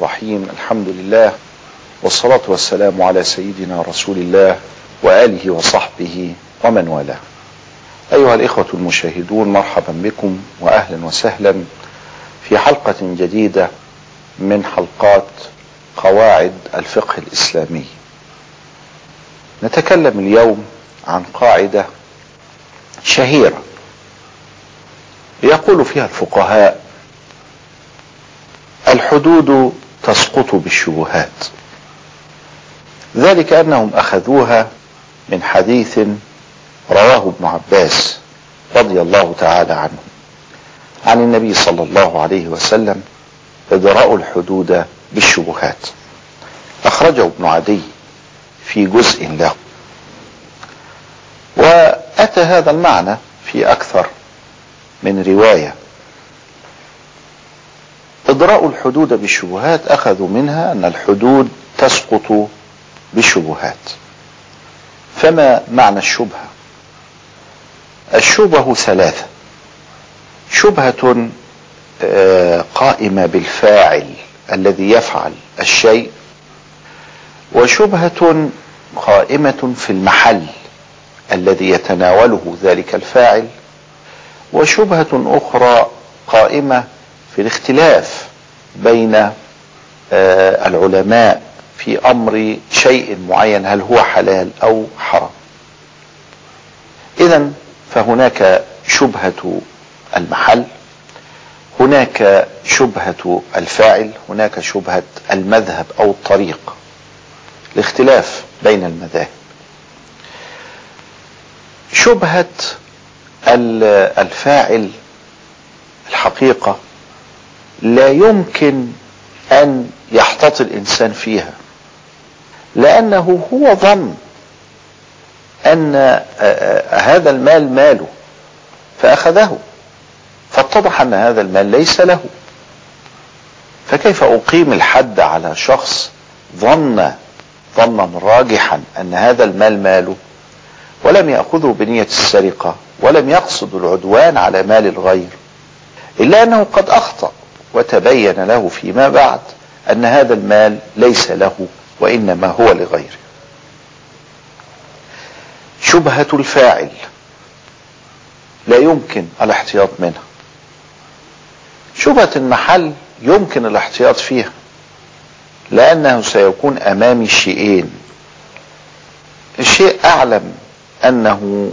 الرحيم. الحمد لله والصلاة والسلام على سيدنا رسول الله وآله وصحبه ومن والاه. أيها الإخوة المشاهدون، مرحبا بكم وأهلا وسهلا في حلقة جديدة من حلقات قواعد الفقه الإسلامي. نتكلم اليوم عن قاعدة شهيرة يقول فيها الفقهاء: الحدود تسقط بالشبهات. ذلك أنهم أخذوها من حديث رواه ابن عباس رضي الله تعالى عنه عن النبي صلى الله عليه وسلم: ادرأوا الحدود بالشبهات. أخرجه ابن عدي في جزء له، وأتى هذا المعنى في أكثر من رواية. إدراء الحدود بالشبهات أخذوا منها أن الحدود تسقط بالشبهات. فما معنى الشبهة؟ الشبهة ثلاثة: شبهة قائمة بالفاعل الذي يفعل الشيء، وشبهة قائمة في المحل الذي يتناوله ذلك الفاعل، وشبهة أخرى قائمة في الاختلاف بين العلماء في أمر شيء معين، هل هو حلال أو حرام. إذن فهناك شبهة المحل، هناك شبهة الفاعل، هناك شبهة المذهب أو الطريق، الاختلاف بين المذاهب. شبهة الفاعل الحقيقة لا يمكن أن يحتاط الإنسان فيها، لأنه هو ظن أن هذا المال ماله فأخذه، فاتضح أن هذا المال ليس له. فكيف أقيم الحد على شخص ظنا راجحا أن هذا المال ماله، ولم يأخذه بنية السرقة، ولم يقصد العدوان على مال الغير، إلا أنه قد أخطأ وتبين له فيما بعد أن هذا المال ليس له وإنما هو لغيره. شبهة الفاعل لا يمكن الاحتياط منها. شبهة المحل يمكن الاحتياط فيها، لأنه سيكون أمامي شيئين: الشيء أعلم أنه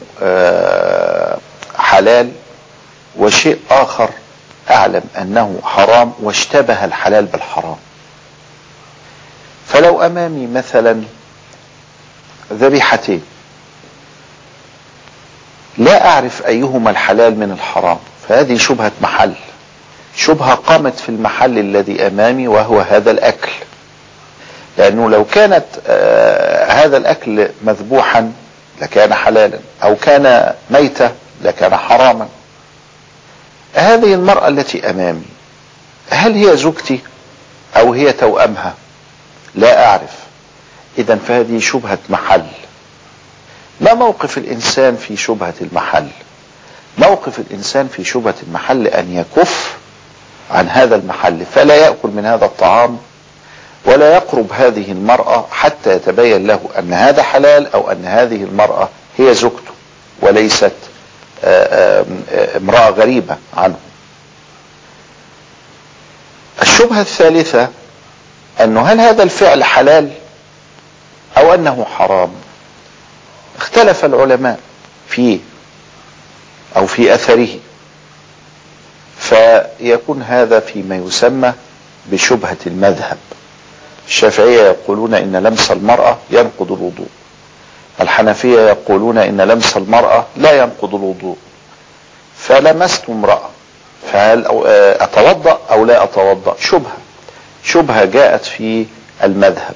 حلال، وشيء آخر أعلم أنه حرام واشتبه الحلال بالحرام. فلو أمامي مثلا ذبيحتين لا أعرف أيهما الحلال من الحرام، فهذه شبهة محل، شبهة قامت في المحل الذي أمامي وهو هذا الأكل، لأنه لو كانت هذا الأكل مذبوحا لكان حلالا، أو كان ميتة لكان حراما. هذه المرأة التي أمامي هل هي زوجتي أو هي توأمها؟ لا أعرف. إذن فهذه شبهة محل. ما موقف الإنسان في شبهة المحل؟ موقف الإنسان في شبهة المحل أن يكف عن هذا المحل، فلا يأكل من هذا الطعام ولا يقرب هذه المرأة حتى يتبين له أن هذا حلال، أو أن هذه المرأة هي زوجته وليست امرأة غريبة عنه. الشبهة الثالثة أنه هل هذا الفعل حلال أو أنه حرام؟ اختلف العلماء فيه أو في أثره، فيكون هذا فيما يسمى بشبهة المذهب. الشافعية يقولون إن لمس المرأة ينقض الوضوء، الحنفية يقولون إن لمس المرأة لا ينقض الوضوء. فلمست امرأة، فهل أتوضأ أو لا أتوضأ؟ شبهة جاءت في المذهب.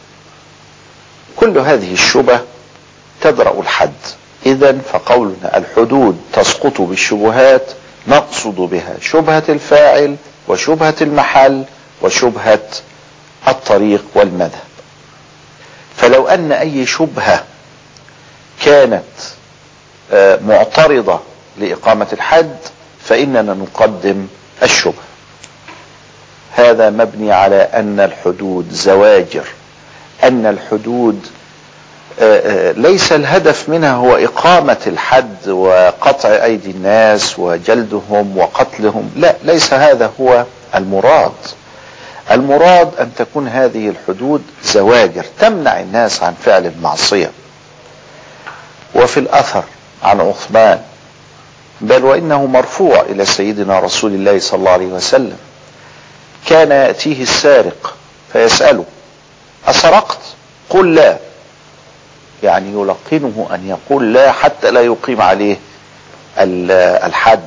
كل هذه الشبه تدرأ الحد. إذن فقولنا الحدود تسقط بالشبهات نقصد بها شبهة الفاعل، وشبهة المحل، وشبهة الطريق والمذهب. فلو أن أي شبهة كانت معترضة لإقامة الحد فإننا نقدم الشبهة. هذا مبني على أن الحدود زواجر، أن الحدود ليس الهدف منها هو إقامة الحد وقطع أيدي الناس وجلدهم وقتلهم، لا، ليس هذا هو المراد. المراد أن تكون هذه الحدود زواجر تمنع الناس عن فعل المعصية. وفي الأثر عن عثمان، بل وإنه مرفوع إلى سيدنا رسول الله صلى الله عليه وسلم، كان يأتيه السارق فيسأله: أسرقت؟ قل لا، يعني يلقنه أن يقول لا حتى لا يقيم عليه الحد.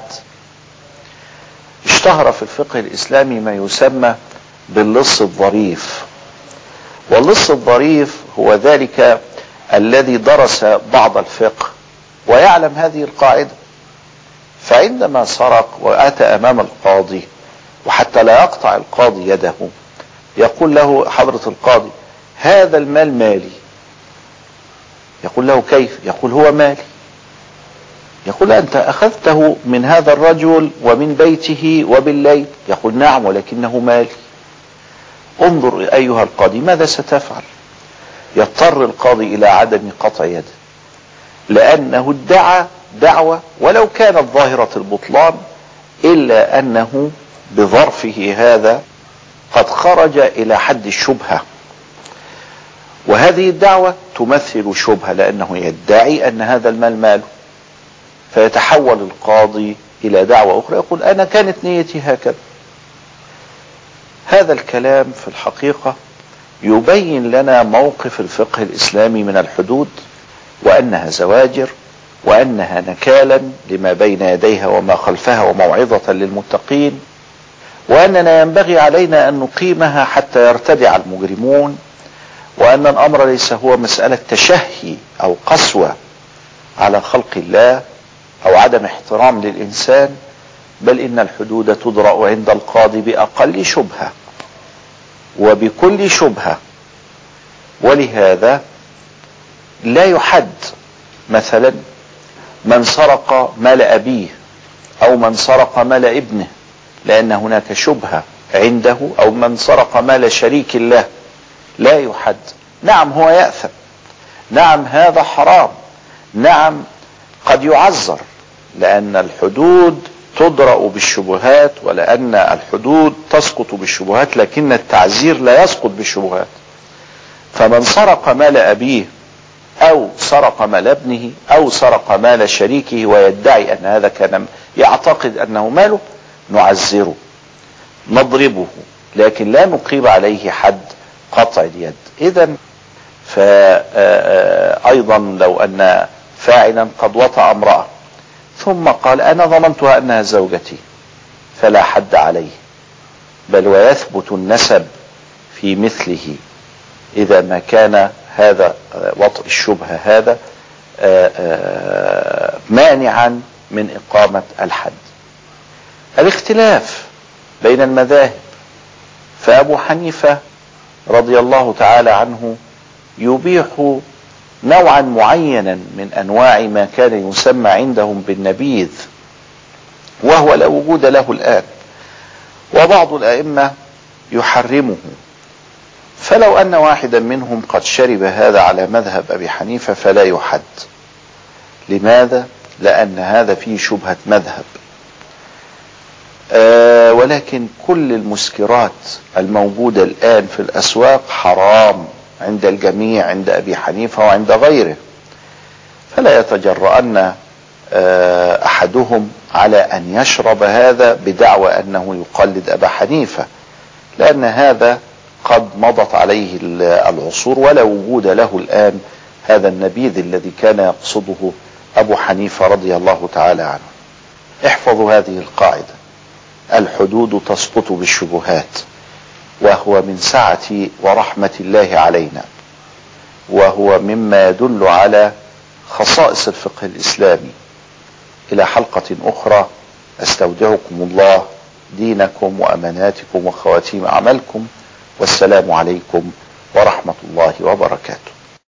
اشتهر في الفقه الإسلامي ما يسمى باللص الظريف، واللص الظريف هو ذلك الذي درس بعض الفقه ويعلم هذه القاعدة، فعندما سرق وأتى أمام القاضي، وحتى لا يقطع القاضي يده، يقول له: حضرة القاضي، هذا المال مالي. يقول له: كيف؟ يقول: هو مالي. يقول: أنت أخذته من هذا الرجل ومن بيته وبالليل. يقول: نعم، ولكنه مالي. انظر أيها القاضي ماذا ستفعل؟ يضطر القاضي إلى عدم قطع يده، لأنه ادعى دعوة ولو كانت ظاهرة البطلان، إلا أنه بظرفه هذا قد خرج إلى حد الشبهة، وهذه الدعوة تمثل شبهة لأنه يدعي أن هذا المال ماله، فيتحول القاضي إلى دعوة أخرى يقول: أنا كانت نيتي هكذا. هذا الكلام في الحقيقة يبين لنا موقف الفقه الإسلامي من الحدود، وأنها زواجر، وأنها نكالا لما بين يديها وما خلفها وموعظة للمتقين، وأننا ينبغي علينا أن نقيمها حتى يرتدع المجرمون، وأن الأمر ليس هو مسألة تشهي أو قسوة على خلق الله أو عدم احترام للإنسان، بل إن الحدود تدرأ عند القاضي بأقل شبهة وبكل شبهة. ولهذا لا يحد مثلا من سرق مال أبيه أو من سرق مال ابنه لأن هناك شبهة عنده، أو من سرق مال شريك له، لا يحد. نعم هو يأثم، نعم هذا حرام، نعم قد يعذر، لأن الحدود تدرأ بالشبهات، ولأن الحدود تسقط بالشبهات، لكن التعزير لا يسقط بالشبهات. فمن سرق مال أبيه أو سرق مال ابنه أو سرق مال شريكه ويدعي أن هذا كان يعتقد أنه ماله، نعزره، نضربه، لكن لا نقيم عليه حد قطع اليد. إذن فأيضا لو أن فاعلا قد وطأ امرأة ثم قال: أنا ظننتها أنها زوجتي، فلا حد عليه، بل ويثبت النسب في مثله إذا ما كان هذا وطء الشبهة هذا مانعا من إقامة الحد. الاختلاف بين المذاهب، فأبو حنيفة رضي الله تعالى عنه يبيح نوعا معينا من أنواع ما كان يسمى عندهم بالنبيذ، وهو لا وجود له الآن، وبعض الأئمة يحرمه. فلو أن واحدا منهم قد شرب هذا على مذهب أبي حنيفة فلا يحد. لماذا؟ لأن هذا فيه شبهة مذهب. ولكن كل المسكرات الموجودة الآن في الأسواق حرام عند الجميع، عند أبي حنيفة وعند غيره، فلا يتجرأن أحدهم على أن يشرب هذا بدعوى أنه يقلد أبا حنيفة، لأن هذا قد مضت عليه العصور ولا وجود له الآن هذا النبيذ الذي كان يقصده أبو حنيفة رضي الله تعالى عنه. احفظوا هذه القاعدة: الحدود تسقط بالشبهات، وهو من سعة ورحمة الله علينا، وهو مما يدل على خصائص الفقه الإسلامي. إلى حلقة أخرى، أستودعكم الله دينكم وأماناتكم وخواتيم أعمالكم، والسلام عليكم ورحمة الله وبركاته.